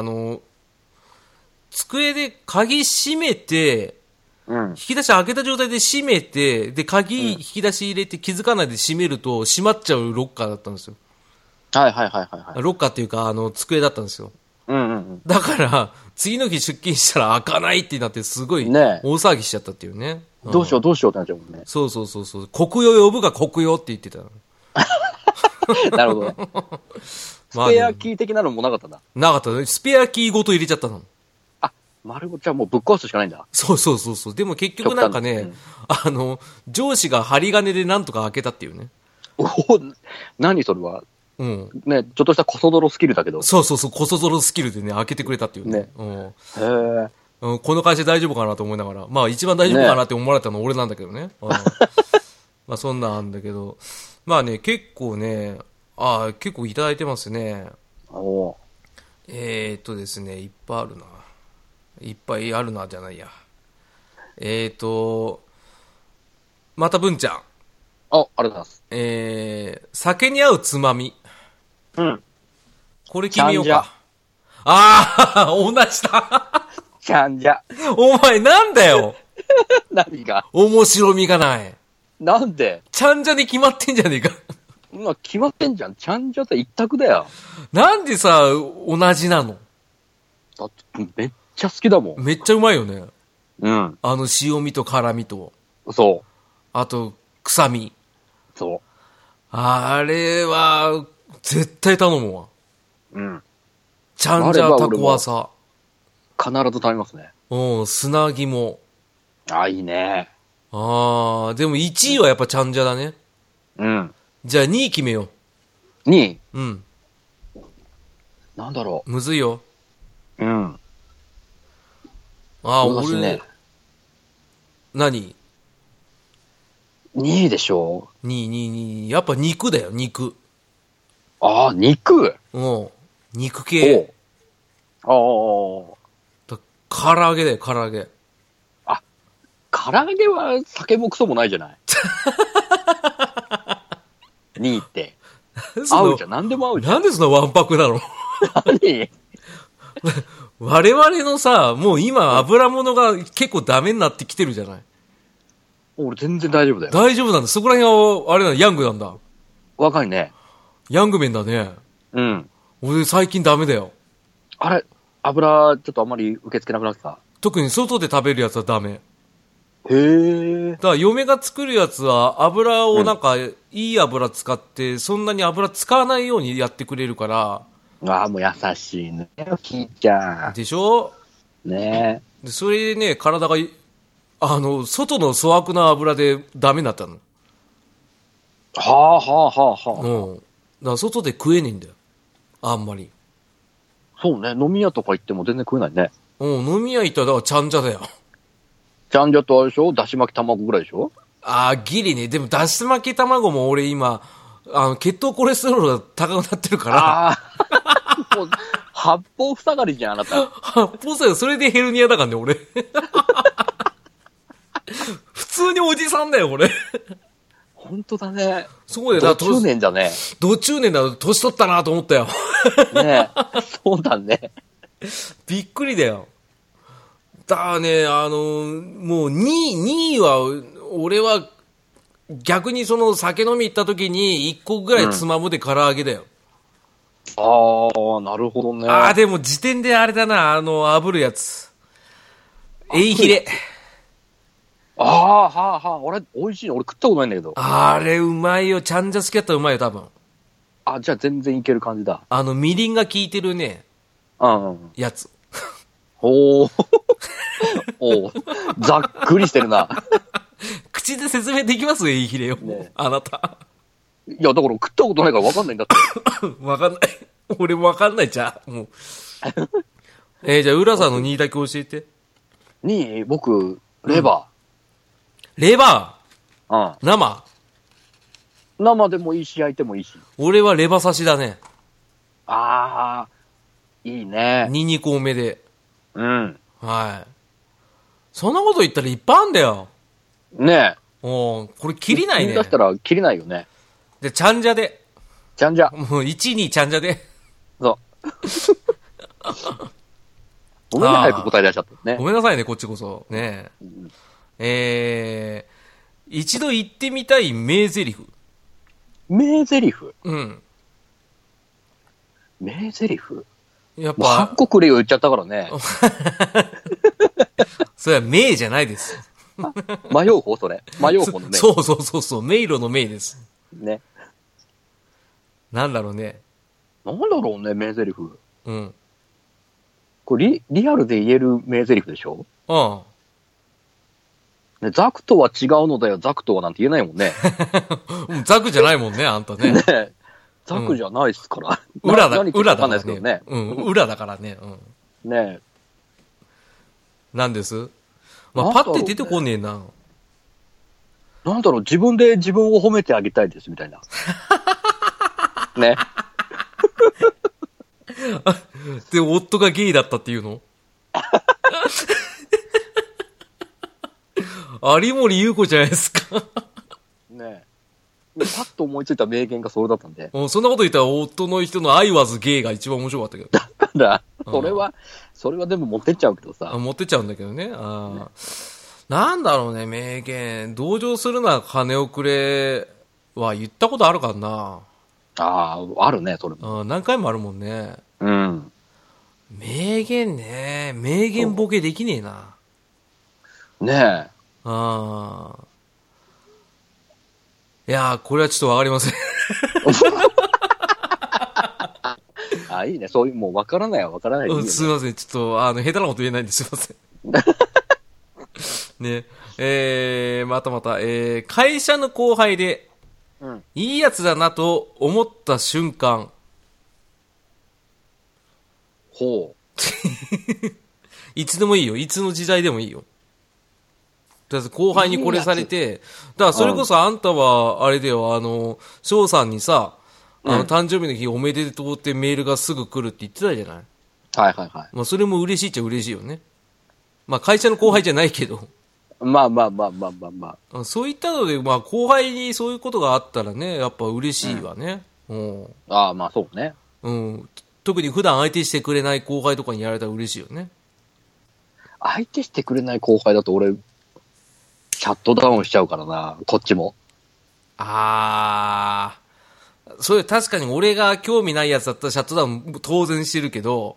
机で鍵閉めて、 うん。 引き出し開けた状態で閉めて、で、鍵引き出し入れて気づかないで閉めると閉まっちゃうロッカーだったんですよ。 はい。 ロッカーっていうか、机だったんですよ。 うん。 だから、次の日出勤したら開かないってなって、すごいね大騒ぎしちゃったっていうね。 どうしようってなっちゃうもんね。 そう。国用呼ぶか国用って言ってた。 なるほどね。スペアキー的なのもなかったんだ。 なかったね。スペアキーごと入れちゃったの。 あ、丸ごちゃんもうぶっ壊すしかないんだ。 そう。でも結局なんかね、上司が針金でなんとか開けたっていうね。 お何それは。 うん。 ね、ちょっとしたコソ泥スキルだけど。 そう、コソゾロスキルでね、開けてくれたっていうね。うん。 へえ。 うん、この会社大丈夫かなと思いながら。まあ一番大丈夫かなって思われたのは俺なんだけどね。まあそんなんだけど。まあね、結構ね、結構いただいてますね。 おですね、いっぱいあるな。いっぱいあるな、じゃないや。また文ちゃん。 ありがとうございます。 酒に合うつまみ。 うん。 これ決めようか。同じだ。 ちゃんじゃ。 お前なんだよ。 何が面白みがない。 なんでちゃんじゃに決まってんじゃねえか。 今決まってんじゃん。ちゃんじゃって一択だよ。 なんでさ、同じなの？ だってめっちゃ好きだもん。 めっちゃうまいよね。 うん。 塩味と辛味と。 そう。 あと、臭み。 そう。 あれは、絶対頼むわ。 うん。 ちゃんじゃタコワサ。 必ず食べますね。 うん、砂肝。 いいね。 でも1位はやっぱちゃんじゃだね。 うん。 じゃあ2位決めよう。2位うん。 なんだろう。むずいよ。 うん。 俺ね。 何 ?2 位でしょ ?2。やっぱ肉だよ、肉。 肉肉系。 唐揚げだよ、唐揚げ。 唐揚げは酒もクソもないじゃない。2位って。合うじゃん。何でも合うじゃん。 なんでそんなわんぱくなの？ 何我々のさ、もう今油物が結構ダメになってきてるじゃない。 俺全然大丈夫だよ。 大丈夫なんだ。そこら辺は、あれだ、ヤングなんだ。 若いね。 ヤング麺だね。 うん。 俺最近ダメだよ。 あれ油、ちょっとあんまり受け付けなくなってた。 特に外で食べるやつはダメ。 へえ。 だから嫁が作るやつは油をなんか、いい油使ってそんなに油使わないようにやってくれるから。 もう優しいね、ひーちゃん。 でしょ？ ねでそれでね、体が外の粗悪な油でダメになったの。 はあはあはあはあ。 うん。だから外で食えねえんだよ。あんまり。 そうね。飲み屋とか行っても全然食えないね。 うん、飲み屋行ったらだからちゃんじゃだよ。 ちゃんじゃとあれでしょ、だし巻き卵ぐらいでしょ。 ああ、ギリね。でも、だし巻き卵も俺今、血糖コレステロールが高くなってるから。 ああ。もう、八方塞がりじゃん、あなた。 八方塞がり、それでヘルニアだからね、俺。普通におじさんだよ、俺。 本当だね。 そうだよ、 ど中年だね。 ど中年だ、年取ったなと思ったよ。 ねえ。そうだね。 びっくりだよ。だからね、もう2位は、俺は、逆にその酒飲み行った時に1個ぐらいつまむで唐揚げだよ。 ああ、なるほどね。 ああ、でも時点であれだな、炙るやつ。エイヒレ。 ああ、はあはあ。俺、美味しいの。俺食ったことないんだけど。 あれうまいよ。ちゃんじゃ好きやったらうまいよ、多分。 あ、じゃあ全然いける感じだ。 みりんが効いてるね、やつ。 おー。おー。ざっくりしてるな。 口で説明できますエイヒレを。 ね、 あなた。 いや、だから食ったことないから分かんないんだって。 分かんない。俺も分かんないじゃん。もう。じゃあ、浦さんの2位だけ教えて。 2位僕、レバー。レバー。 うん。生。 生でもいいし、焼いてもいいし。 俺はレバ刺しだね。 ああ、いいね。 ニンニク多めで。 うん。 はい。そんなこと言ったらいっぱいあんだよ。 ねえ。 これ切りないね。 出したら切りないよね。 で、ちゃんじゃで。 ちゃんじゃ。 もう1、2ちゃんじゃで。 そう。ごめんね、早く答え出しちゃったね。 ごめんなさいね、こっちこそ。ねえ。一度言ってみたい名台詞。 名台詞？ うん。 名台詞？ やっぱ。 韓国例を言っちゃったからね。 それは名じゃないです。 迷う方それ。迷う方の名。 そうそうそうそう。迷路の名です。 ね。 なんだろうね。 なんだろうね、名台詞。 うん。 これリアルで言える名台詞でしょ？ うん。 ね、ザクとは違うのだよ、ザクとはなんて言えないもんね。 ザクじゃないもんね、あんたね。 ねザクじゃないっすから。 裏だからね。うん、裏だからね。 うん。ねなんです？まあ、パッて出てこねえな。 なんだろう、自分で自分を褒めてあげたいです、みたいな。ね。 で、夫がゲイだったっていうの？有森裕子じゃないですか。 ねパッと思いついた名言がそれだったんで。 そんなこと言ったら夫の人のI was gayが一番面白かったけど。 だから、それは全部持ってっちゃうけどさ。 持ってっちゃうんだけどね。なんだろうね、名言。同情するな、金をくれは言ったことあるかな。 あるね、それも。 何回もあるもんね。 うん。 名言ね。名言ボケできねえな。 ねえ。 いやー、これはちょっとわかりません。 いいね。そういう、もうわからないはわからないでいいよね。 すいません。ちょっと、下手なこと言えないんですいません。ね。また、会社の後輩で、いいやつだなと思った瞬間。 ほう。 いつでもいいよ。いつの時代でもいいよ。とりあえず後輩にこれされて、だからそれこそあんたは、あれだよ、翔さんにさ、誕生日の日おめでとうってメールがすぐ来るって言ってたじゃない？ はいはいはい。 まあそれも嬉しいっちゃ嬉しいよね。まあ会社の後輩じゃないけど。 まあ。 そういったので、まあ後輩にそういうことがあったらね、やっぱ嬉しいわね。 まあそうね。 特に普段相手してくれない後輩とかにやられたら嬉しいよね。 相手してくれない後輩だと俺、シャットダウンしちゃうからな、こっちも。 それ確かに俺が興味ないやつだったらシャットダウン当然してるけど、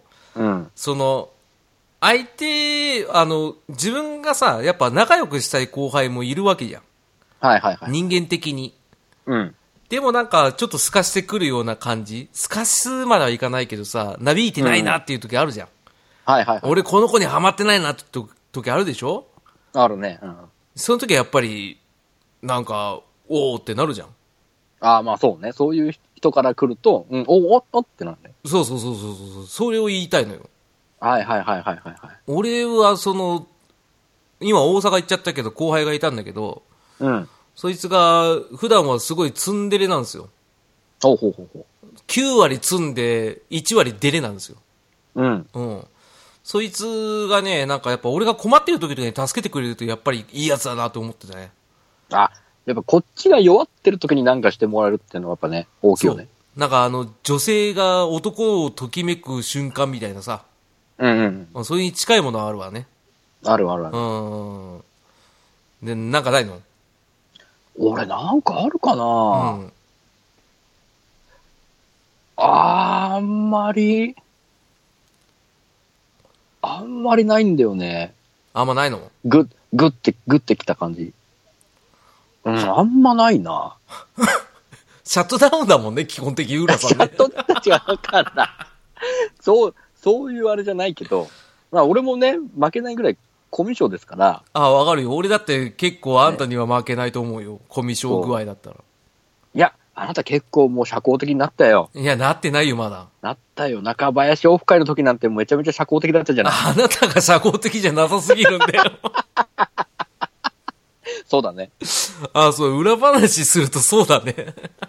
相手、自分がさ、やっぱ仲良くしたい後輩もいるわけじゃん。 はいはいはい。 人間的に。 うん。 でもなんか、ちょっと透かしてくるような感じ。透かすまではいかないけどさ、なびいてないなっていう時あるじゃん。 はいはいはい。 俺この子にハマってないなって時あるでしょ？ あるね。 その時はやっぱり、なんか、おーってなるじゃん。 ああ、まあそうね。そういう人から来ると、おってなるね。 そう。それを言いたいのよ。 はい。 俺は今大阪行っちゃったけど後輩がいたんだけど、そいつが普段はすごいツンデレなんですよ。 ほう。 9割ツンで1割デレなんですよ。そいつがね、なんかやっぱ俺が困ってる時とかに助けてくれるとやっぱりいいやつだなと思ってたね。 あ、やっぱこっちが弱ってる時に何かしてもらえるっていうのはやっぱね、大きいよね。 なんか女性が男をときめく瞬間みたいなさ。それに近いものはあるわね。 ある。 で、なんかないの？ 俺なんかあるかな、あんまりないんだよね。 あんまないの？ グッてきた感じ。あんまないな。 シャットダウンだもんね、基本的に浦さんね。 シャットたちはわかんない。そういうあれじゃないけど、まあ俺もね、負けないぐらいコミュ障ですから。 あ、わかるよ。俺だって結構あんたには負けないと思うよ。コミュ障具合だったら。 いや、あなた結構もう社交的になったよ。 いや、なってないよ、まだ。 なったよ。中林オフ会の時なんてめちゃめちゃ社交的だったじゃない。 あなたが社交的じゃなさすぎるんだよ。 そうだね。 あ、そう、裏話するとそうだね。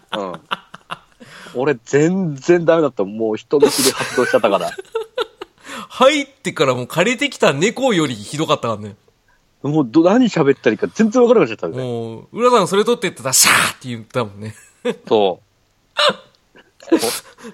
俺全然ダメだった。もう人見知り発動しちゃったから。 入ってからもう借りてきた猫よりひどかったからね。 もう何喋ったらいいか全然わからなくなっちゃったね。 もう、浦さんそれ取ってってたらシャーって言ったもんね。 そう。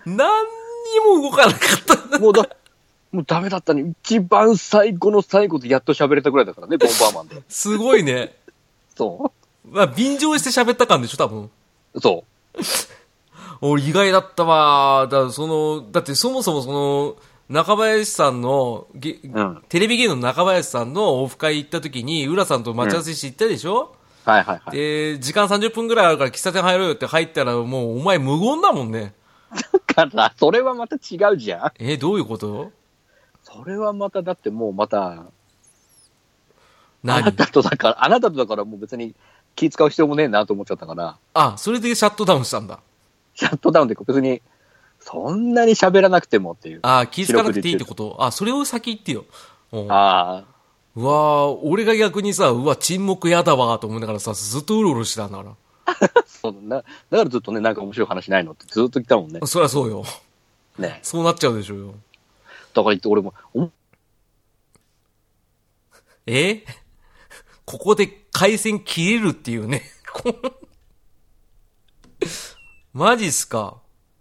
何にも動かなかった。 もうダメだったね。一番最後の最後でやっと喋れたぐらいだからね、ボンバーマンで。 すごいね。 そう。 まあ、便乗して喋った感でしょ、多分。 そう。 俺意外だったわ。だってそもそも中林さんの、テレビ芸能の中林さんのオフ会行った時に、浦さんと待ち合わせして行ったでしょ、 はい。 で、時間30分くらいあるから喫茶店入ろうよって入ったらもうお前無言だもんね。 だから、それはまた違うじゃん。 どういうこと？ それはまた、だってもうまた、 何？ あなたとだからもう別に気使う必要もねえなと思っちゃったから。 あ、それでシャットダウンしたんだ。 シャットダウンって別に、そんなに喋らなくてもっていう。 あ、気使わなくていいってこと？あ、それを先言ってよ。 ああ。 うわー、俺が逆にさ、沈黙やだわーと思いながらさ、ずっとうろうろしてたんだから。 そうだからずっとね、なんか面白い話ないのってずっと言ったもんね。 そりゃそうよ。 ね。 そうなっちゃうでしょうよ。 だから言って俺も、 ここで回線切れるっていうね。マジっすか。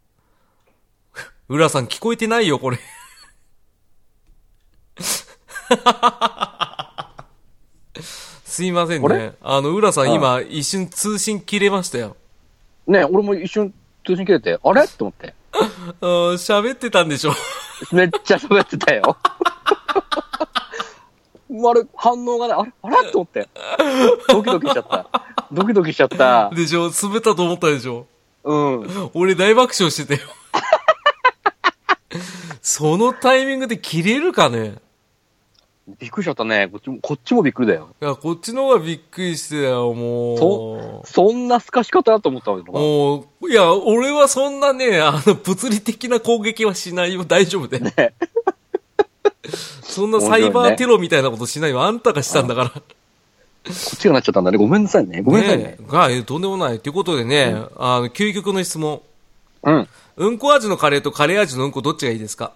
浦さん聞こえてないよ、これ。すいませんね。浦さん今一瞬通信切れましたよ。 ね、俺も一瞬通信切れて、あれって思って。 喋ってたんでしょ。 めっちゃ喋ってたよ。反応がね、あれって思って。ドキドキしちゃった。 でしょ、滑ったと思ったでしょ。俺大爆笑してたよ。そのタイミングで切れるかね。 びっくりしちゃったね。こっちもびっくりだよ。 いや、こっちの方がびっくりしてたよ、もう。そんな透かし方だと思ったわけもう、いや、俺はそんなね、物理的な攻撃はしないよ。大丈夫で。ね。そんなサイバーテロみたいなことしないよ。あんたがしたんだから。こっちがなっちゃったんだね。ごめんなさいね。ごめんなさいね。 とんでもない。ということでね、究極の質問。 うんこ味のカレーとカレー味のうんこどっちがいいですか？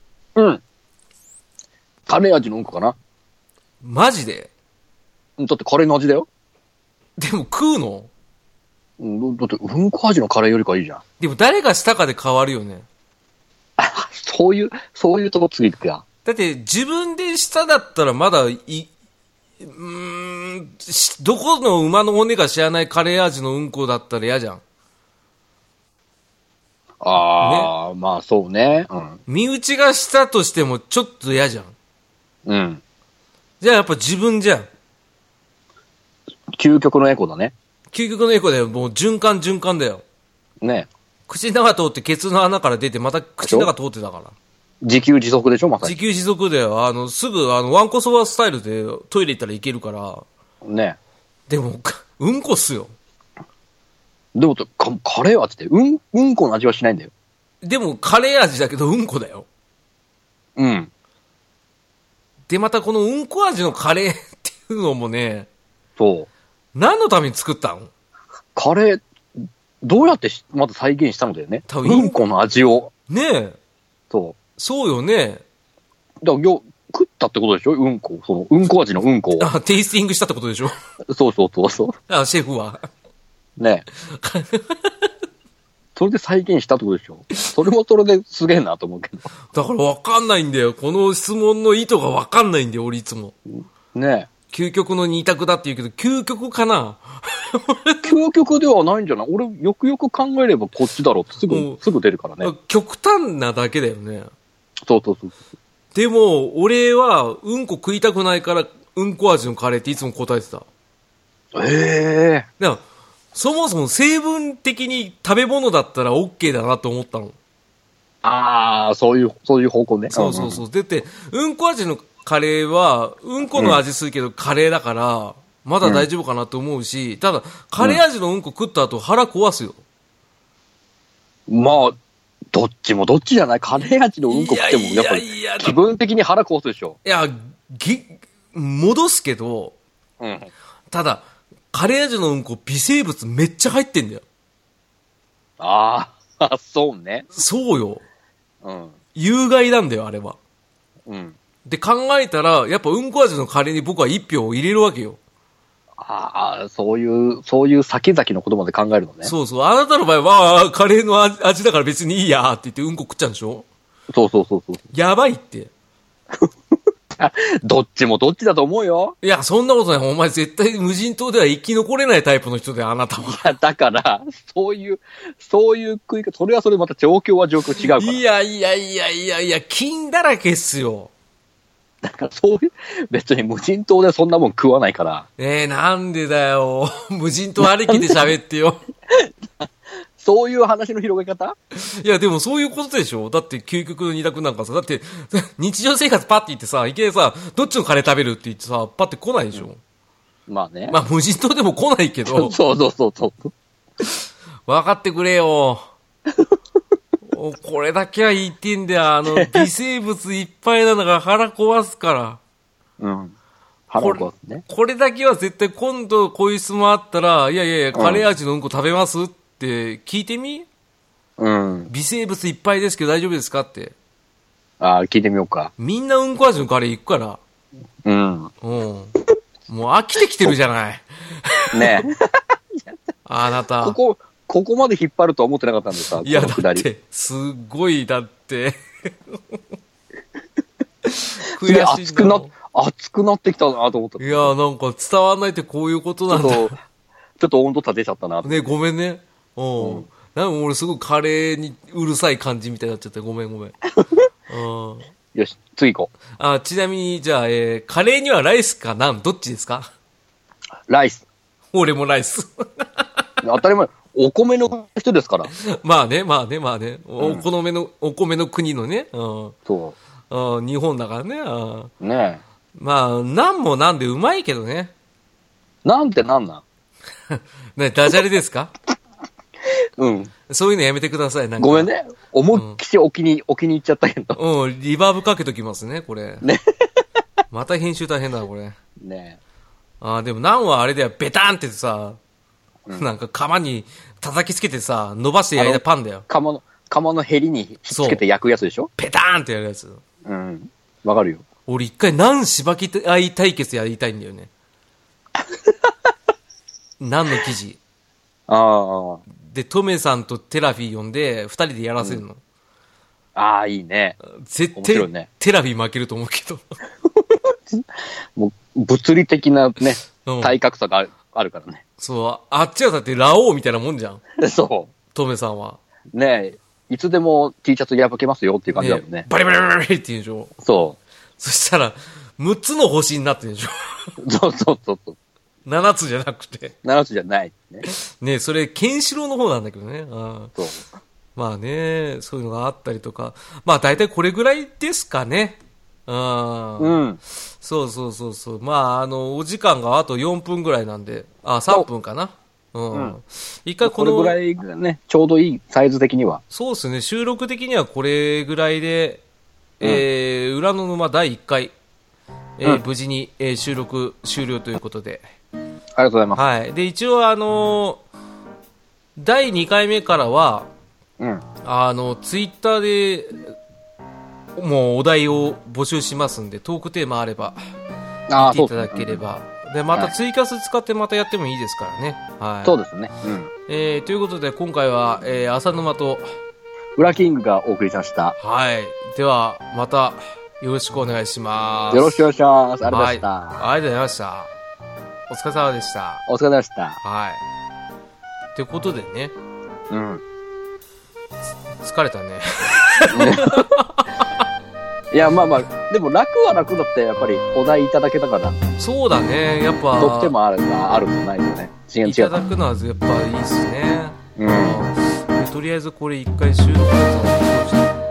カレー味のうんこかな。 マジで？ だってカレーの味だよ。 でも食うの？ だってうんこ味のカレーよりかいいじゃん。 でも誰がしたかで変わるよね。 そういうとこ次行くや。 だって自分でしただったらまだどこの馬の骨か知らないカレー味のうんこだったら嫌じゃん。 ああ、ね、まあそうね。 身内がしたとしてもちょっと嫌じゃん。じゃあやっぱ自分じゃん。 究極のエコだね。 究極のエコだよ。もう循環だよ。 ね。 口の中通ってケツの穴から出てまた口の中通ってたから。 自給自足でしょ、まさに。 自給自足だよ。すぐワンコそばスタイルでトイレ行ったらいけるから。 ね。 でも、うんこっすよ。 でも、カレー味って、うんこの味はしないんだよ。 でも、カレー味だけど、うんこだよ。 うん。 で、またこのうんこ味のカレーっていうのもね、 そう。 何のために作ったの？ カレー、どうやってまず再現したのだよね。 多分うんこの味を。 ねえ。そうよね。 だから食ったってことでしょ？うんこ。その、うんこ味のうんこを。 あ、テイスティングしたってことでしょ？ そうそうそうそう。 あ、シェフは。 ねそれで再現したってことでしょ？それもそれですげえなと思うけど。 だから分かんないんだよ。この質問の意図が分かんないんだよ、俺いつも。 ね究極の二択だって言うけど、究極かな？ 究極ではないんじゃない？俺、よくよく考えればこっちだろうってすぐ出るからね。 極端なだけだよね。 そうそうそう。 でも、俺は、うんこ食いたくないから、うんこ味のカレーっていつも答えてた。 ええだからそもそも成分的に食べ物だったら OK だなと思ったの。 ああ、そういう方向ね。 そうそうそう。だって、うんこ味のカレーは、うんこの味するけどカレーだから、まだ大丈夫かなと思うし、ただ、カレー味のうんこ食った後腹壊すよ。 まあ、どっちもどっちじゃない？カレー味のうんこ食っても、やっぱり気分的に腹壊すでしょ。 いや、戻すけど、ただ、カレー味のうんこ微生物めっちゃ入ってんだよ。 ああ、そうね。 そうよ。有害なんだよ、あれは。で、考えたら、やっぱうんこ味のカレーに僕は一票を入れるわけよ。 ああ、そういう先々のことまで考えるのね。 そうそう。あなたの場合は、カレーの味だから別にいいやって言ってうんこ食っちゃうんでしょ？ そうそうそうそう。 やばいって。 どっちもどっちだと思うよ。 いや、そんなことない。お前絶対無人島では生き残れないタイプの人で、あなたは。 いや、だから、そういう食い方、それはそれまた状況は状況違うから。 いや、菌だらけっすよ。 だからそういう、別に無人島でそんなもん食わないから。 なんでだよ。無人島ありきで喋ってよ。 そういう話の広げ方？ いや、でもそういうことでしょ？だって究極の二択なんかさ、だって日常生活パッて言ってさ、いきなりさ、どっちのカレー食べるって言ってさ、パッて来ないでしょ？ まあね。 まあ無人島でも来ないけど。 そうそうそうそう。 分かってくれよ。これだけは言ってんだよ。微生物いっぱいなんだから腹壊すから。 腹壊すね。 これだけは絶対今度こういう質問あったら、いや、カレー味のうんこ食べますって聞いてみ？微生物いっぱいですけど大丈夫ですかって。 聞いてみようか。 みんなうんこ味のカレー行くから。もう飽きてきてるじゃない。 ねえ。あなた。 ここまで引っ張るとは思ってなかったんでさ。 いや、だって、すごい、だって。 悔しいな。熱くなってきたなと思った。 いや、なんか伝わんないってこういうことなんだ。 ちょっと温度差出ちゃったな。 ね、ごめんね。なんか俺すごいカレーにうるさい感じみたいになっちゃって、ごめん。 よし、次行こう。ちなみに、じゃあ、カレーにはライスかナン、どっちですか？ ライス。 俺もライス。 当たり前。お米の人ですから。 まあね。お米の国のね。 そう。 日本だからね。 ねえ。 まあ、ナンもなんでうまいけどね。 なんてなんなんね、ダジャレですか？そういうのやめてください。なんかごめんね。思いっきり置きに行っちゃったけど。 リバーブかけときますね、これ。 ね。 また編集大変だな、これ。 ねでもナンはあれだよ、ベタンってさ、なんか釜に叩きつけてさ、伸ばして焼いたパンだよ。 釜のヘリにひっつけて焼くやつでしょ？ ペターンってやるやつ。 わかるよ。 俺一回ナンしばき合い対決やりたいんだよね。ナンの生地。で、トメさんとテラフィー呼んで、二人でやらせるの。 いいね。 絶対、ね、テラフィー負けると思うけど。 もう、物理的なね、体格差があるからね。 そう、あっちはだってラオウみたいなもんじゃん。 そう。 トメさんは。 ねえ、いつでも T シャツ破けますよっていう感じだもんね。 バリバリバリバリって言うんでしょ。 そう。 そしたら、6つの星になってるでしょ。 そう。 7つじゃなくて。 7つじゃない。 ねそれ、ケンシロウの方なんだけどね。 そう。 まあね、そういうのがあったりとか。まあ大体これぐらいですかね。そう。まあ、お時間があと4分ぐらいなんで、3分かな。 一回これぐらいがね、ちょうどいい、サイズ的には。 そうですね、収録的にはこれぐらいで、裏の沼第1回、無事に、収録終了ということで。 ありがとうございます。 はい。で、一応第2回目からは、ツイッターで、もうお題を募集しますんで、トークテーマあれば、言っていただければ。で、またツイキャス使ってまたやってもいいですからね。はい。 そうですね。 ということで、今回は、浅沼と、 ウラキングがお送りしました。 はい。では、また、よろしくお願いします。 よろしくお願いします。ありがとうございました。 ありがとうございました。お疲れ様でした。 お疲れ様でした。 はい。ってことでね。疲れたね。 いや、まあまあ、でも楽は楽だって、やっぱりお題いただけたから。 そうだね、やっぱ。 得点もあるとないよね。違う。 いただくのはやっぱいいっすね。とりあえずこれ一回収録だったので、